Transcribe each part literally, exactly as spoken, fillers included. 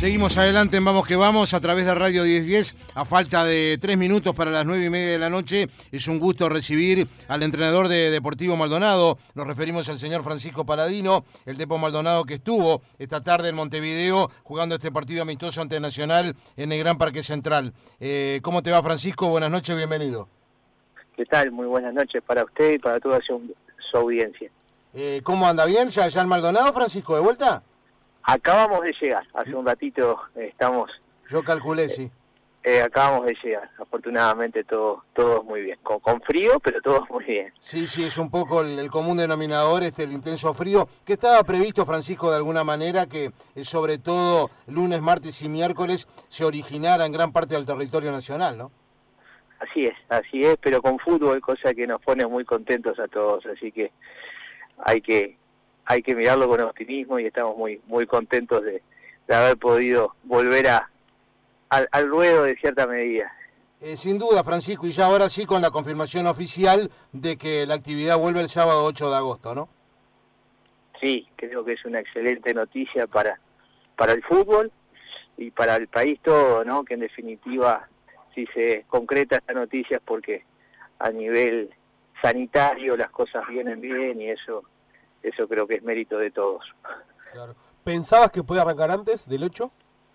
Seguimos adelante en Vamos que Vamos a través de Radio diez diez. A falta de tres minutos para las nueve y media de la noche, es un gusto recibir al entrenador de Deportivo Maldonado. Nos referimos al señor Francisco Paladino, el Depo Maldonado que estuvo esta tarde en Montevideo jugando este partido amistoso ante Nacional en el Gran Parque Central. Eh, ¿Cómo te va, Francisco? Buenas noches, bienvenido. ¿Qué tal? Muy buenas noches para usted y para toda su, su audiencia. Eh, ¿Cómo anda? ¿Bien? ¿Ya, ya en Maldonado, Francisco, de vuelta? Acabamos de llegar, hace un ratito estamos... Yo calculé, sí. Eh, acabamos de llegar, afortunadamente todo, todo muy bien, con, con frío, pero todo muy bien. Sí, sí, es un poco el, el común denominador, este, el intenso frío, que estaba previsto, Francisco, de alguna manera, que eh, sobre todo lunes, martes y miércoles se originara en gran parte del territorio nacional, ¿no? Así es, así es, pero con fútbol, cosa que nos pone muy contentos a todos, así que hay que... hay que mirarlo con optimismo y estamos muy muy contentos de, de haber podido volver a, al, al ruedo de cierta medida. Eh, sin duda, Francisco, y ya ahora sí con la confirmación oficial de que la actividad vuelve el sábado ocho de agosto, ¿no? Sí, creo que es una excelente noticia para, para el fútbol y para el país todo, ¿no? Que en definitiva, si se concreta esta noticia es porque a nivel sanitario las cosas vienen bien y eso... Eso creo que es mérito de todos. Claro. ¿Pensabas que podía arrancar antes del ocho?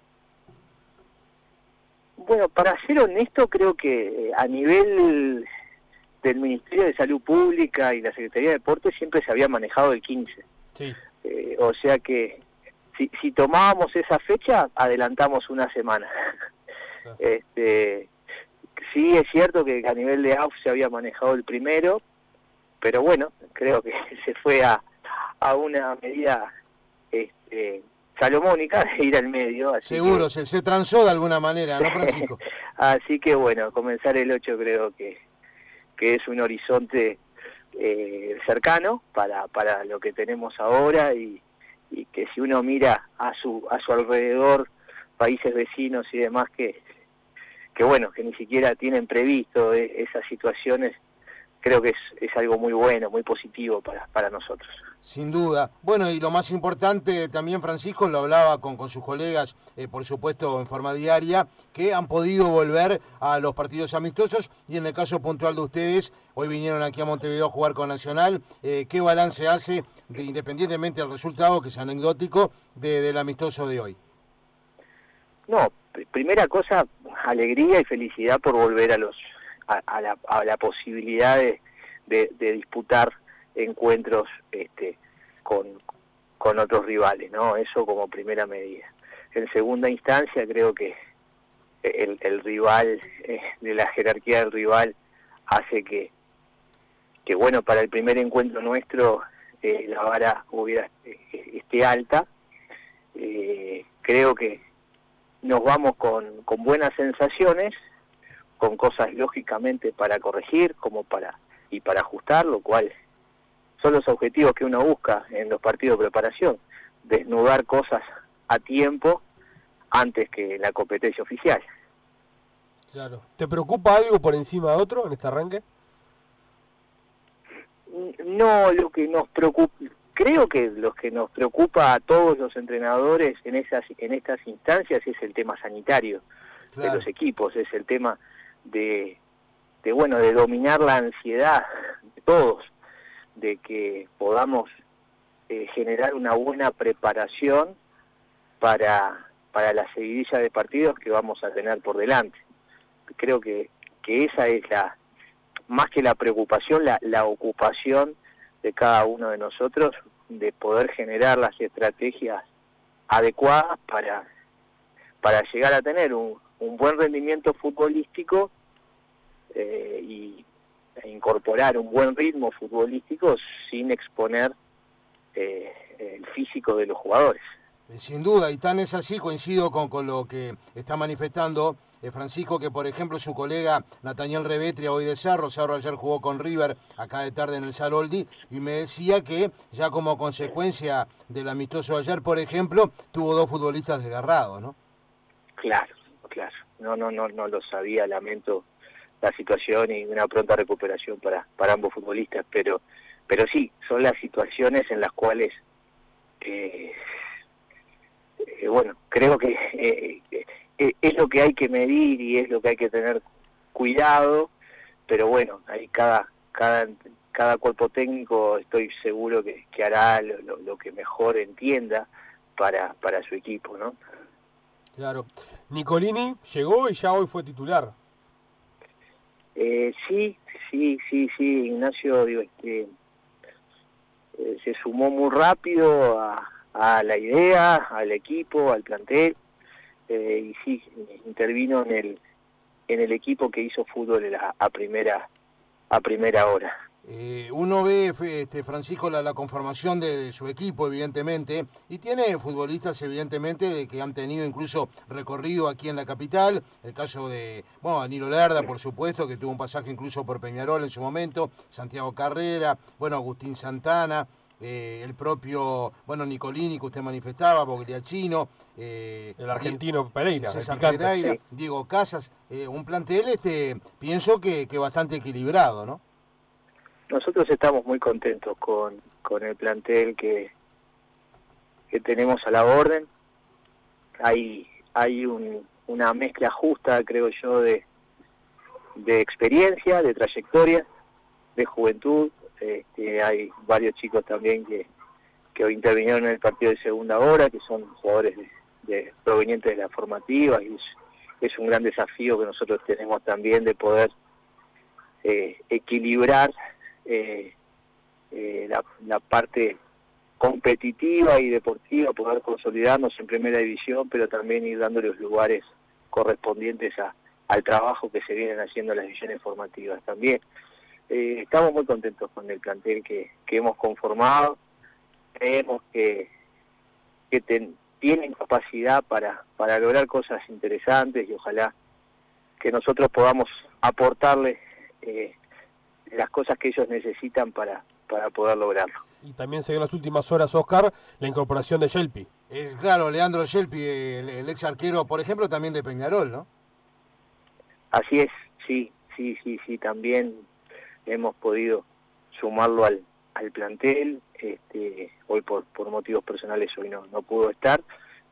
Bueno, para ser honesto, creo que a nivel del Ministerio de Salud Pública y la Secretaría de Deportes siempre se había manejado el quince. Sí. Eh, o sea que si, si tomábamos esa fecha, adelantamos una semana. Ah. Este, sí es cierto que a nivel de A U F se había manejado el primero, pero bueno, creo que se fue a a una medida este, salomónica de ir al medio. Así Seguro, que... se, se transó de alguna manera, ¿no, Francisco? Así que bueno, comenzar el ocho creo que, que es un horizonte eh, cercano para, para lo que tenemos ahora y, y que si uno mira a su, a su alrededor, países vecinos y demás que, que bueno, que ni siquiera tienen previsto eh, esas situaciones, creo que es, es algo muy bueno, muy positivo para, para nosotros. Sin duda. Bueno, y lo más importante también, Francisco, lo hablaba con, con sus colegas, eh, por supuesto, en forma diaria, que han podido volver a los partidos amistosos y en el caso puntual de ustedes, hoy vinieron aquí a Montevideo a jugar con Nacional. Eh, ¿Qué balance hace, de, independientemente del resultado, que es anecdótico, de, del amistoso de hoy? No, primera cosa, alegría y felicidad por volver a los a, a, la, a la posibilidad de, de, de disputar encuentros este, con, con otros rivales, ¿no? Eso como primera medida. En segunda instancia creo que el, el rival, eh, de la jerarquía del rival, hace que, que bueno, para el primer encuentro nuestro eh, la vara hubiera eh, esté alta. Eh, creo que nos vamos con, con buenas sensaciones, con cosas lógicamente para corregir como para y para ajustar, lo cual son los objetivos que uno busca en los partidos de preparación, desnudar cosas a tiempo antes que la competencia oficial. Claro. ¿Te preocupa algo por encima de otro en este arranque? No, lo que nos preocupa, creo que lo que nos preocupa a todos los entrenadores en esas en estas instancias es el tema sanitario, claro, de los equipos, es el tema de, de bueno, de dominar la ansiedad de todos, de que podamos eh, generar una buena preparación para, para la seguidilla de partidos que vamos a tener por delante. Creo que, que esa es la, más que la preocupación, la, la ocupación de cada uno de nosotros, de poder generar las estrategias adecuadas para, para llegar a tener un, un buen rendimiento futbolístico eh, y incorporar un buen ritmo futbolístico sin exponer eh, el físico de los jugadores. Sin duda, y tan es así, coincido con, con lo que está manifestando eh, Francisco, que por ejemplo su colega Nathaniel Revetria, hoy de Cerro, Cerro ayer jugó con River acá de tarde en el Saroldi, y me decía que ya como consecuencia del amistoso de ayer, por ejemplo, tuvo dos futbolistas desgarrados, ¿no? Claro, claro, no, no, no, no lo sabía, lamento la situación y una pronta recuperación para, para ambos futbolistas, pero, pero sí, son las situaciones en las cuales eh, eh, bueno, creo que eh, eh, es lo que hay que medir y es lo que hay que tener cuidado, pero bueno, ahí cada cada cada cuerpo técnico estoy seguro que, que hará lo, lo, lo que mejor entienda para, para su equipo, ¿no? Claro. Nicolini llegó y ya hoy fue titular. Eh, sí, sí, sí, sí, Ignacio, digo, este, eh, se sumó muy rápido a, a la idea, al equipo, al plantel, eh, y sí, intervino en el en el equipo que hizo fútbol a, a primera a primera hora. Eh, uno ve, este, Francisco, la, la conformación de, de su equipo, evidentemente, y tiene futbolistas, evidentemente, de que han tenido incluso recorrido aquí en la capital. El caso de, bueno, Danilo Lerda, por supuesto, que tuvo un pasaje incluso por Peñarol en su momento, Santiago Carrera, bueno, Agustín Santana, eh, el propio, bueno, Nicolini, que usted manifestaba, Bogliacchino, eh, el argentino Pereira, César Pereira, sí. Diego Casas, eh, un plantel, este, pienso que, que bastante equilibrado, ¿no? Nosotros estamos muy contentos con, con el plantel que, que tenemos a la orden. Hay, hay un, una mezcla justa, creo yo, de, de experiencia, de trayectoria, de juventud. Este, hay varios chicos también que, que hoy intervinieron en el partido de segunda hora, que son jugadores de, de, provenientes de la formativa, y es, es un gran desafío que nosotros tenemos también de poder eh, equilibrar Eh, eh, la, la parte competitiva y deportiva, poder consolidarnos en primera división, pero también ir dando los lugares correspondientes a, al trabajo que se vienen haciendo las divisiones formativas también. Eh, estamos muy contentos con el plantel que, que hemos conformado, creemos que, que ten, tienen capacidad para, para lograr cosas interesantes y ojalá que nosotros podamos aportarle eh, las cosas que ellos necesitan para, para poder lograrlo. Y también se dio en las últimas horas, Oscar, la incorporación de Yelpi. Eh, claro, Leandro Yelpi, el, el ex arquero, por ejemplo, también de Peñarol, ¿no? Así es, sí, sí, sí, sí, también hemos podido sumarlo al, al plantel. Este, hoy por, por motivos personales hoy no, no pudo estar,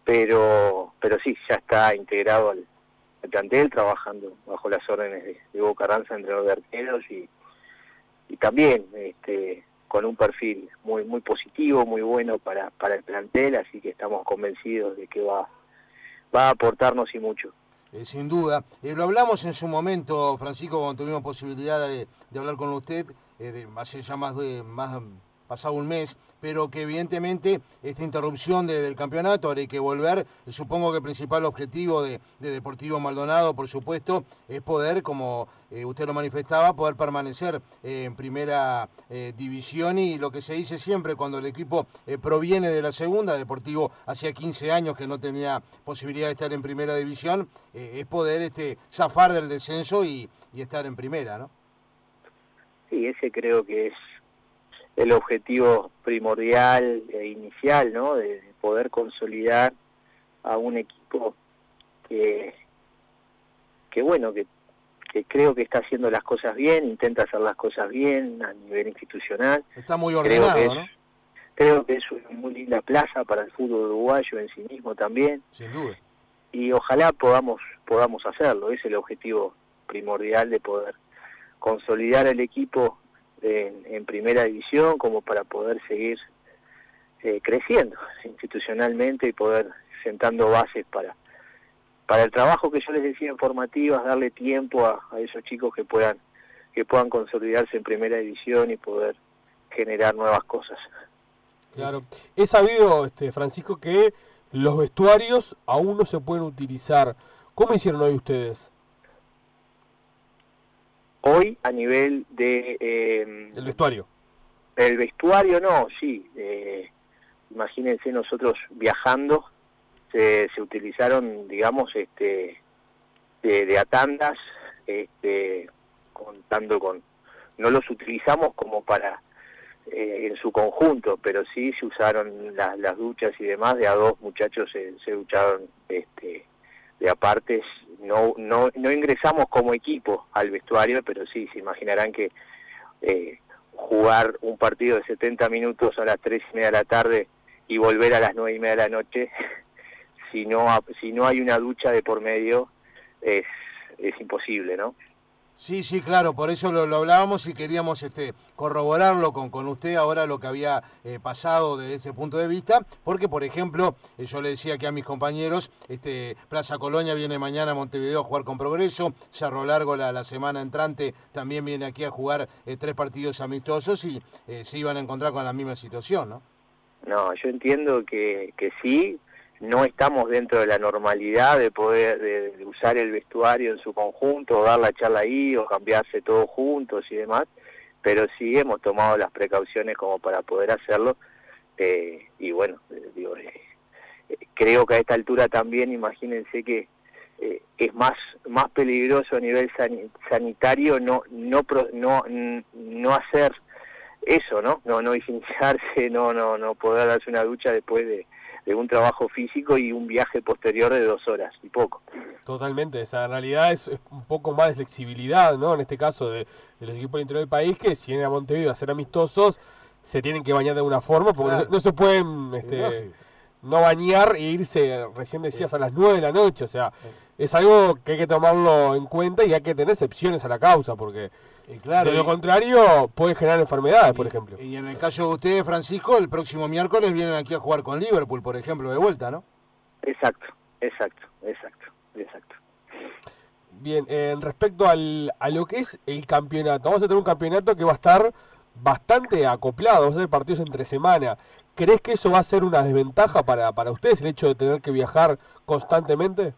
pero, pero sí, ya está integrado al, al plantel, trabajando bajo las órdenes de, de Hugo Carranza, entrenador de arqueros, y y también este, con un perfil muy muy positivo, muy bueno para, para el plantel, así que estamos convencidos de que va, va a aportarnos y mucho. Eh, sin duda. Eh, lo hablamos en su momento, Francisco, cuando tuvimos posibilidad de, de hablar con usted, eh, de, hace ya más de más pasado un mes, pero que evidentemente esta interrupción de, del campeonato, ahora hay que volver. Supongo que el principal objetivo de, de Deportivo Maldonado, por supuesto, es poder, como eh, usted lo manifestaba, poder permanecer eh, en primera eh, división, y lo que se dice siempre cuando el equipo eh, proviene de la segunda, Deportivo hacía quince años que no tenía posibilidad de estar en primera división, eh, es poder este, zafar del descenso y, y estar en primera, ¿no? Sí, ese creo que es el objetivo primordial e inicial, ¿no? De poder consolidar a un equipo que, que bueno, que, que creo que está haciendo las cosas bien, intenta hacer las cosas bien a nivel institucional. Está muy ordenado, creo que es, ¿no? Creo que es una muy linda plaza para el fútbol uruguayo en sí mismo también. Sin duda. Y ojalá podamos, podamos hacerlo, es el objetivo primordial, de poder consolidar el equipo En, en primera división, como para poder seguir eh, creciendo institucionalmente y poder sentando bases para para el trabajo que yo les decía en formativas, darle tiempo a, a esos chicos que puedan que puedan consolidarse en primera división y poder generar nuevas cosas. Claro, he sabido, este, Francisco, que los vestuarios aún no se pueden utilizar. ¿Cómo hicieron hoy ustedes? Hoy, a nivel de... Eh, ¿El vestuario? El vestuario no, sí. Eh, imagínense nosotros viajando, se, se utilizaron, digamos, este de, de a tandas, este, contando con... No los utilizamos como para eh, en su conjunto, pero sí se usaron la, las duchas y demás, de a dos muchachos se, se ducharon este, de apartes. No, no, no ingresamos como equipo al vestuario, pero sí, se imaginarán que eh, jugar un partido de setenta minutos a las tres y media de la tarde y volver a las nueve y media de la noche si no si no hay una ducha de por medio es es imposible, ¿no? Sí, sí, claro, por eso lo, lo hablábamos y queríamos este, corroborarlo con, con usted ahora lo que había eh, pasado desde ese punto de vista, porque por ejemplo, eh, yo le decía que a mis compañeros, este, Plaza Colonia viene mañana a Montevideo a jugar con Progreso, Cerro Largo la, la semana entrante también viene aquí a jugar eh, tres partidos amistosos y eh, se iban a encontrar con la misma situación, ¿no? No, yo entiendo que, que sí, no estamos dentro de la normalidad de poder de, de usar el vestuario en su conjunto, o dar la charla ahí, o cambiarse todos juntos y demás, pero sí hemos tomado las precauciones como para poder hacerlo, eh, y bueno, eh, digo, eh, creo que a esta altura también, imagínense que eh, es más más peligroso a nivel san, sanitario no no no no hacer eso, ¿no? No no higienizarse, no no no poder darse una ducha después de de un trabajo físico y un viaje posterior de dos horas y poco. Totalmente, esa en realidad es, es un poco más de flexibilidad, ¿no? En este caso de, de los equipos del interior del país, que si vienen a Montevideo a ser amistosos, se tienen que bañar de alguna forma, porque claro, no, no se pueden este, no bañar e irse, recién decías, a las nueve de la noche, o sea, es algo que hay que tomarlo en cuenta y hay que tener excepciones a la causa, porque y claro, de lo y, contrario puede generar enfermedades, y, por ejemplo. Y en el caso de ustedes, Francisco, el próximo miércoles vienen aquí a jugar con Liverpool, por ejemplo, de vuelta, ¿no? Exacto, exacto, exacto, exacto. Bien, eh, respecto al, a lo que es el campeonato, vamos a tener un campeonato que va a estar bastante acoplado, vamos a tener partidos entre semana. ¿Crees que eso va a ser una desventaja para, para ustedes, el hecho de tener que viajar constantemente?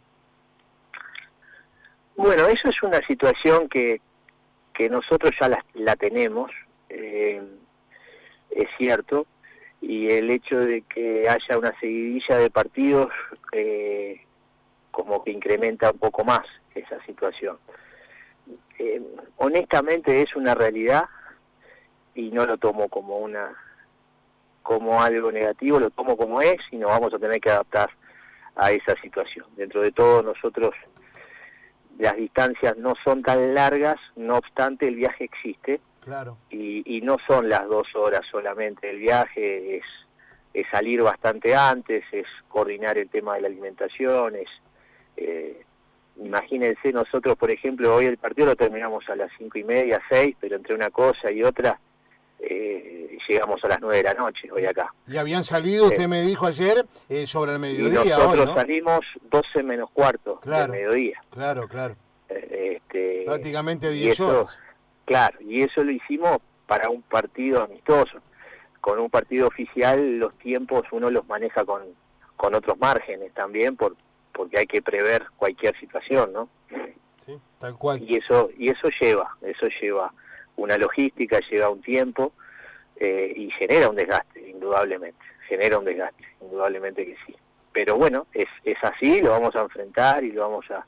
Bueno, eso es una situación que, que nosotros ya la, la tenemos, eh, es cierto, y el hecho de que haya una seguidilla de partidos eh, como que incrementa un poco más esa situación. Eh, honestamente es una realidad y no lo tomo como una como algo negativo, lo tomo como es y nos vamos a tener que adaptar a esa situación. Dentro de todo nosotros las distancias no son tan largas, no obstante el viaje existe. Claro. Y, y no son las dos horas solamente, el viaje es, es salir bastante antes, es coordinar el tema de la alimentación, es, eh, imagínense nosotros por ejemplo hoy el partido lo terminamos a las cinco y media, seis, pero entre una cosa y otra eh, llegamos a las nueve de la noche hoy acá. Y habían salido, usted eh, me dijo ayer, eh, sobre el mediodía. Y nosotros hoy, ¿no? salimos doce menos cuarto claro, del mediodía. Claro, claro. Eh, este, Prácticamente diez horas. Claro, y eso lo hicimos para un partido amistoso. Con un partido oficial los tiempos uno los maneja con, con otros márgenes también, por, porque hay que prever cualquier situación, ¿no? Sí, tal cual. Y eso, y eso lleva, eso lleva una logística, lleva un tiempo eh, y genera un desgaste, indudablemente. Genera un desgaste, indudablemente que sí. Pero bueno, es, es así, lo vamos a enfrentar y lo vamos a...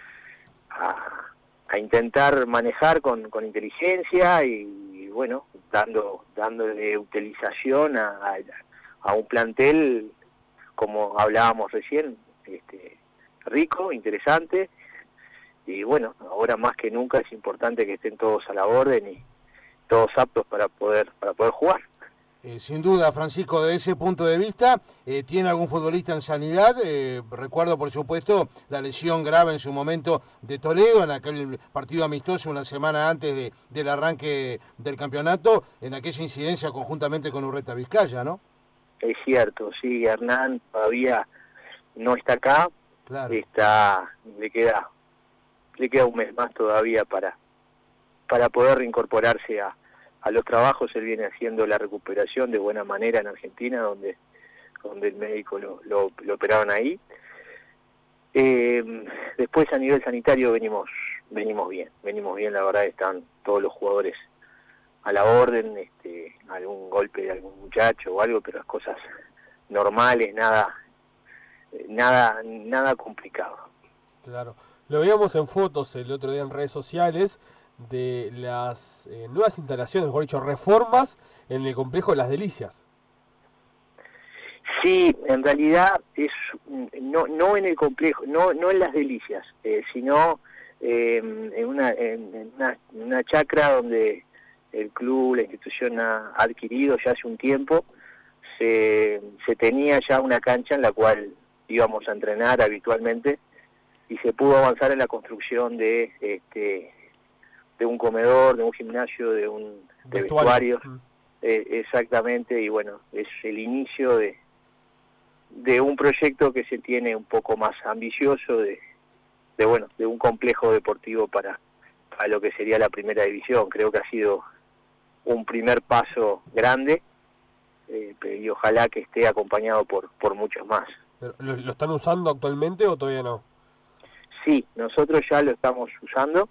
a a intentar manejar con, con inteligencia y, y bueno, dando dándole utilización a, a, a un plantel, como hablábamos recién, este, rico, interesante, y bueno, ahora más que nunca es importante que estén todos a la orden y todos aptos para poder para poder jugar. Eh, sin duda, Francisco, de ese punto de vista, eh, ¿tiene algún futbolista en sanidad? Eh, recuerdo, por supuesto, la lesión grave en su momento de Toledo, en aquel partido amistoso una semana antes de, del arranque del campeonato, en aquella incidencia conjuntamente con Urreta Vizcaya, ¿no? Es cierto, sí, Hernán todavía no está acá, claro. está le queda le queda un mes más todavía para, para poder reincorporarse a a los trabajos. Él viene haciendo la recuperación de buena manera en Argentina, donde donde el médico lo, lo, lo operaron ahí. Eh, después a nivel sanitario venimos venimos bien, venimos bien, la verdad están todos los jugadores a la orden, este, algún golpe de algún muchacho o algo, pero las cosas normales, nada nada nada complicado. Claro, lo veíamos en fotos el otro día en redes sociales de las eh, nuevas instalaciones, mejor dicho, reformas en el complejo de Las Delicias. Sí, en realidad es no no en el complejo, no no en Las Delicias, eh, sino eh, en, una, en, en una en una chacra donde el club, la institución ha adquirido ya hace un tiempo. Se, se tenía ya una cancha en la cual íbamos a entrenar habitualmente, y se pudo avanzar en la construcción de este de un comedor, de un gimnasio, de un de vestuarios, eh, exactamente, y bueno, es el inicio de de un proyecto que se tiene un poco más ambicioso de, de bueno, de un complejo deportivo para, para lo que sería la primera división. Creo que ha sido un primer paso grande, eh, y ojalá que esté acompañado por, por muchos más. ¿Lo, ¿Lo están usando actualmente o todavía no? Sí, nosotros ya lo estamos usando.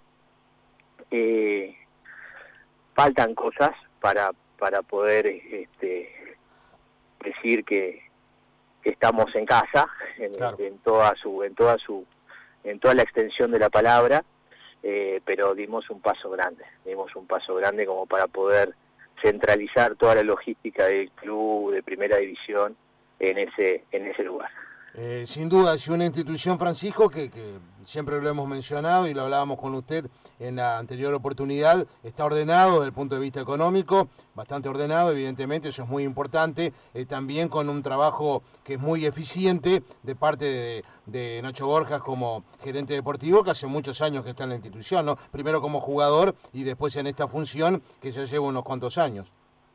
Eh, faltan cosas para, para poder este, decir que que estamos en casa, en, claro. en toda su, en toda su, en toda la extensión de la palabra, eh, pero dimos un paso grande, dimos un paso grande como para poder centralizar toda la logística del club de primera división en ese, en ese lugar. Eh, sin duda, si una institución, Francisco, que, que siempre lo hemos mencionado y lo hablábamos con usted en la anterior oportunidad, está ordenado desde el punto de vista económico, bastante ordenado, evidentemente, eso es muy importante, eh, también con un trabajo que es muy eficiente de parte de, de Nacho Borjas como gerente deportivo, que hace muchos años que está en la institución, ¿no? Primero como jugador y después en esta función que ya lleva unos cuantos años.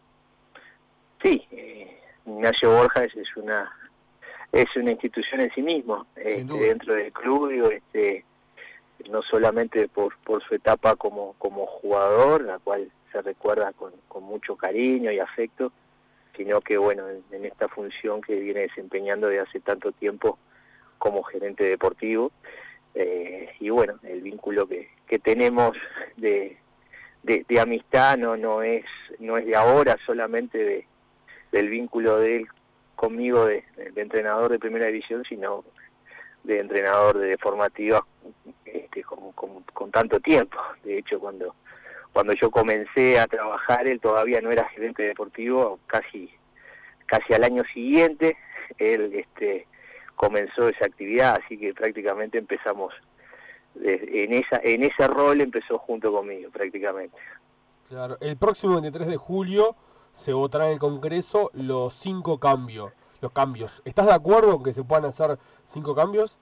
Sí, eh, Nacho Borjas es una... es una institución en sí mismo, este, dentro del club, digo, este, no solamente por, por su etapa como, como jugador, la cual se recuerda con, con mucho cariño y afecto, sino que bueno, en, en esta función que viene desempeñando desde hace tanto tiempo como gerente deportivo, eh, y bueno, el vínculo que, que tenemos de, de, de amistad no, no es, no es de ahora solamente de, del vínculo de él conmigo de, de entrenador de primera división, sino de entrenador de formativas este, con, con, con tanto tiempo. De hecho, cuando cuando yo comencé a trabajar, él todavía no era gerente deportivo, casi casi al año siguiente él este, comenzó esa actividad, así que prácticamente empezamos en esa en ese rol empezó junto conmigo prácticamente. Claro, el próximo veintitrés de julio se votará en el Congreso los cinco cambios, los cambios. ¿Estás de acuerdo en que se puedan hacer cinco cambios?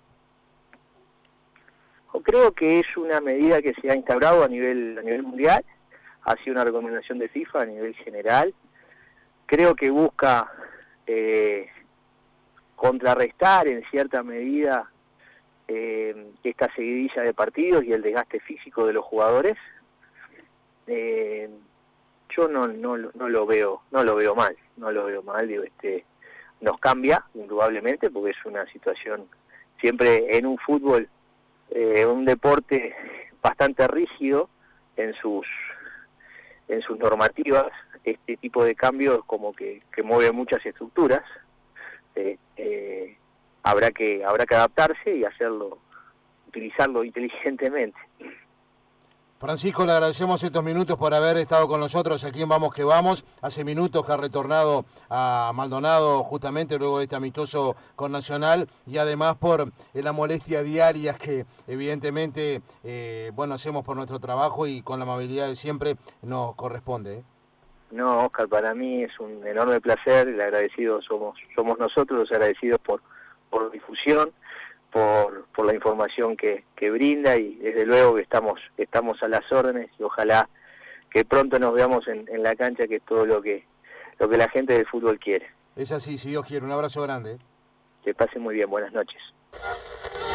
Yo creo que es una medida que se ha instaurado a nivel a nivel mundial, ha sido una recomendación de FIFA a nivel general. Creo que busca eh, contrarrestar en cierta medida eh, esta seguidilla de partidos y el desgaste físico de los jugadores. Eh, yo no, no no lo veo no lo veo mal no lo veo mal digo este nos cambia indudablemente porque es una situación siempre en un fútbol eh, un deporte bastante rígido en sus en sus normativas. Este tipo de cambios como que, que mueve muchas estructuras, eh, eh, habrá que habrá que adaptarse y hacerlo, utilizarlo inteligentemente. Francisco, le agradecemos estos minutos por haber estado con nosotros aquí en Vamos que Vamos. Hace minutos que ha retornado a Maldonado justamente luego de este amistoso con Nacional y además por eh, la molestia diaria que evidentemente eh, bueno hacemos por nuestro trabajo y con la amabilidad de siempre nos corresponde. ¿eh? No, Oscar, para mí es un enorme placer, el agradecido somos somos nosotros los agradecidos por, por difusión, por, por la información que, que brinda y desde luego que estamos estamos a las órdenes y ojalá que pronto nos veamos en, en la cancha, que es todo lo que lo que la gente del fútbol quiere. Es así, si Dios quiere. Un abrazo grande. Que pase muy bien, buenas noches.